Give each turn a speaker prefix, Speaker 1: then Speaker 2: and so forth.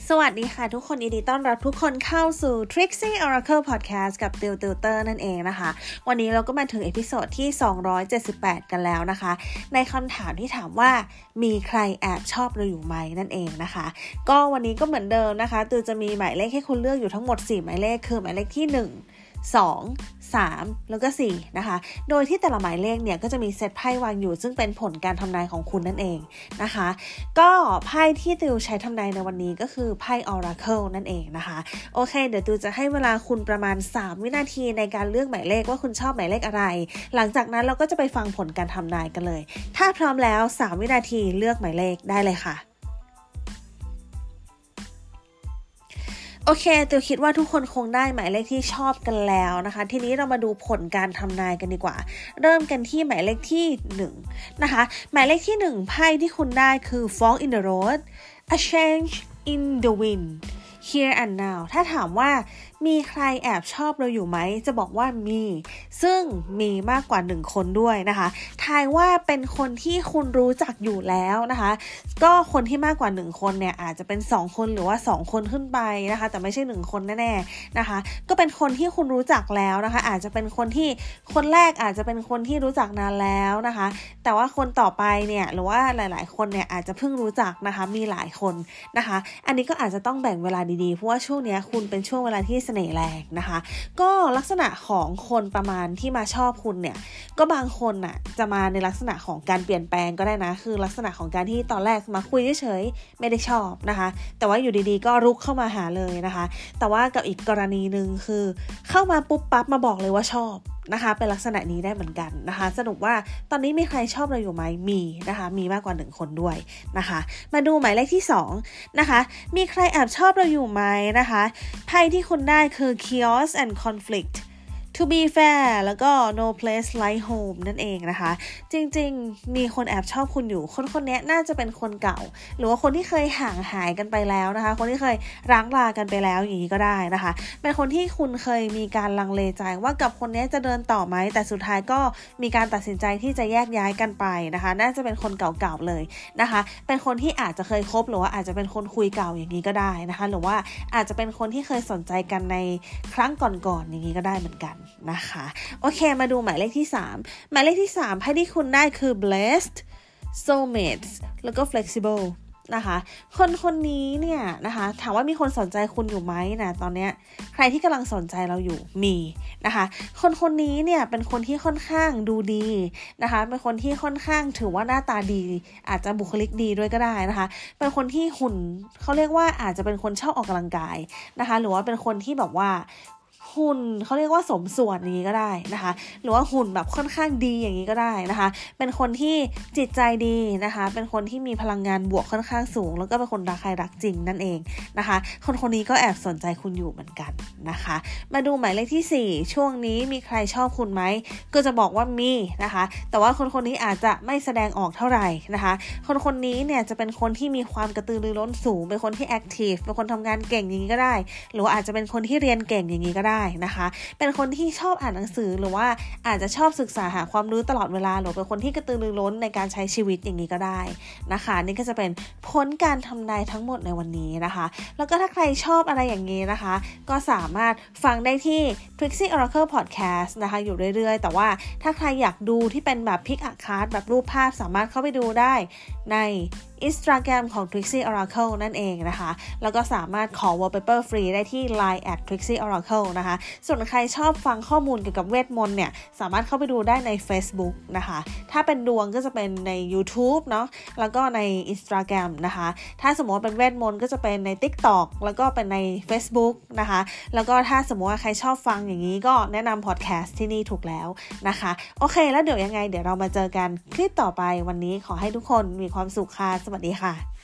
Speaker 1: สวัสดีค่ะทุกคนยินดีต้อนรับทุกคนเข้าสู่ Trixie Oracle Podcast กับติวเตอร์นั่นเองนะคะวันนี้เราก็มาถึงเอพิโซดที่278กันแล้วนะคะในคำถามที่ถามว่ามีใครแอบชอบเราอยู่ไหมนั่นเองนะคะก็วันนี้ก็เหมือนเดิมนะคะติวจะมีหมายเลขให้คุณเลือกอยู่ทั้งหมด4หมายเลขคือหมายเลขที่1 2 3แล้วก็4นะคะโดยที่แต่ละหมายเลขเนี่ยก็จะมีเซตไพ่วางอยู่ซึ่งเป็นผลการทำนายของคุณนั่นเองนะคะก็ไพ่ที่ติวใช้ทำนายในวันนี้ก็คือไพ่ Oracle นั่นเองนะคะโอเคเดี๋ยวติวจะให้เวลาคุณประมาณ3วินาทีในการเลือกหมายเลขว่าคุณชอบหมายเลขอะไรหลังจากนั้นเราก็จะไปฟังผลการทำนายกันเลยถ้าพร้อมแล้ว3วินาทีเลือกหมายเลขได้เลยค่ะโอเคติวคิดว่าทุกคนคงได้หมายเลขที่ชอบกันแล้วนะคะทีนี้เรามาดูผลการทำนายกันดีกว่าเริ่มกันที่หมายเลขที่1นะคะหมายเลขที่1ไพ่ที่คุณได้คือ Fork in the Road A change in the wind Here and now ถ้าถามว่ามีใครแอบชอบเราอยู่ไหมจะบอกว่ามีซึ่งมีมากกว่า1คนด้วยนะคะทายว่าเป็นคนที่คุณรู้จักอยู่แล้วนะคะก็คนที่มากกว่า1คนเนี่ยอาจจะเป็น2คนหรือว่า2คนขึ้นไปนะคะแต่ไม่ใช่1คนแน่ๆนะคะก็เป็นคนที่คุณรู้จักแล้วนะคะอาจจะเป็นคนที่คนแรกอาจจะเป็นคนที่รู้จักนานแล้วนะคะแต่ว่าคนต่อไปเนี่ยหรือว่าหลายๆคนเนี่ยอาจจะเพิ่งรู้จักนะคะมีหลายคนนะคะอันนี้ก็อาจจะต้องแบ่งเวลาดีๆเพราะว่าช่วงนี้คุณเป็นช่วงเวลาที่เสน่ห์แรงนะคะก็ลักษณะของคนประมาณที่มาชอบคุณเนี่ยก็บางคนน่ะจะมาในลักษณะของการเปลี่ยนแปลงก็ได้นะคือลักษณะของการที่ตอนแรกมาคุยเฉยๆไม่ได้ชอบนะคะแต่ว่าอยู่ดีๆก็รุกเข้ามาหาเลยนะคะแต่ว่ากับอีกกรณีนึงคือเข้ามาปุ๊บปั๊บมาบอกเลยว่าชอบนะคะเป็นลักษณะนี้ได้เหมือนกันนะคะสรุปว่าตอนนี้มีใครชอบเราอยู่ไหมมีนะคะมีมากกว่า1คนด้วยนะคะมาดูหมายเลขที่2นะคะมีใครแอบชอบเราอยู่ไหมนะคะไพ่ที่คุณได้คือ Chaos and Conflict To be fair แล้วก็ No place like home นั่นเองนะคะจริงๆมีคนแอบชอบคุณอยู่คนนี้น่าจะเป็นคนเก่าหรือว่าคนที่เคยห่างหายกันไปแล้วนะคะคนที่เคยร้างรากันไปแล้วอย่างนี้ก็ได้นะคะเป็นคนที่คุณเคยมีการลังเลใจว่ากับคนนี้จะเดินต่อไหมแต่สุดท้ายก็มีการตัดสินใจที่จะแยกย้ายกันไปนะคะน่าจะเป็นคนเก่าๆเลยนะคะเป็นคนที่อาจจะเคยคบหรือว่าอาจจะเป็นคนคุยเก่าอย่างนี้ก็ได้นะคะหรือว่าอาจจะเป็นคนที่เคยสนใจกันในครั้งก่อนๆอย่างนี้ก็ได้เหมือนกันนะคะโอเคมาดูหมายเลขที่3หมายเลขที่3ไพ่ที่คุณได้คือ blessed soulmates แล้วก็ flexible นะคะคนนี้เนี่ยนะคะถามว่ามีคนสนใจคุณอยู่ไหมนะตอนเนี้ยใครที่กำลังสนใจเราอยู่มีนะคะคนนี้เนี่ยเป็นคนที่ค่อนข้างดูดีนะคะเป็นคนที่ค่อนข้างถือว่าหน้าตาดีอาจจะบุคลิกดีด้วยก็ได้นะคะเป็นคนที่หุ่นเขาเรียกว่าอาจจะเป็นคนชอบออกกำลังกายนะคะหรือว่าเป็นคนที่แบบว่าหุ่นเขาเรียกว่าสมส่วนอย่างนี้ก็ได้นะคะหรือว่าหุ่นแบบค่อนข้างดีอย่างนี้ก็ได้นะคะเป็นคนที่จิตใจดีนะคะเป็นคนที่มีพลังงานบวกค่อนข้างสูงแล้วก็เป็นคนรักใครรักจริงนั่นเองนะคะคนนี้ก็แอบสนใจคุณอยู่เหมือนกันนะคะมาดูหมายเลขที่4ช่วงนี้มีใครชอบคุณไหมก็จะบอกว่ามีนะคะแต่ว่าคนนี้อาจจะไม่แสดงออกเท่าไหร่นะคะคนนี้เนี่ยจะเป็นคนที่มีความกระตือรือร้นสูงเป็นคนที่แอคทีฟเป็นคนทำงานเก่งอย่างนี้ก็ได้หรือว่าอาจจะเป็นคนที่เรียนเก่งอย่างนี้ก็ได้นะคะเป็นคนที่ชอบอ่านหนังสือหรือว่าอาจจะชอบศึกษาหาความรู้ตลอดเวลาหรือเป็นคนที่กระตือรือร้นในการใช้ชีวิตอย่างนี้ก็ได้นะคะนี่ก็จะเป็นผลการทำนายทั้งหมดในวันนี้นะคะแล้วก็ถ้าใครชอบอะไรอย่างนี้นะคะก็สามารถฟังได้ที่ Trixie Oracle Podcast นะคะอยู่เรื่อยๆแต่ว่าถ้าใครอยากดูที่เป็นแบบ Pick a Card แบบรูปภาพสามารถเข้าไปดูได้ในInstagram ของ Trixie Oracle นั่นเองนะคะแล้วก็สามารถขอ wallpaper ฟรีได้ที่ Line @Trixie Oracle นะคะส่วนใครชอบฟังข้อมูลเกี่ยวกับเวทมนต์เนี่ยสามารถเข้าไปดูได้ใน Facebook นะคะถ้าเป็นดวงก็จะเป็นใน YouTube เนาะแล้วก็ใน Instagram นะคะถ้าสมมติว่าเป็นเวทมนต์ก็จะเป็นใน TikTok แล้วก็เป็นใน Facebook นะคะแล้วก็ถ้าสมมติว่าใครชอบฟังอย่างนี้ก็แนะนำ podcast ที่นี่ถูกแล้วนะคะโอเคแล้วเดี๋ยวยังไงเดี๋ยวเรามาเจอกันคลิปต่อไปวันนี้ขอให้ทุกคนมีความสุขค่ะสวัสดีค่ะ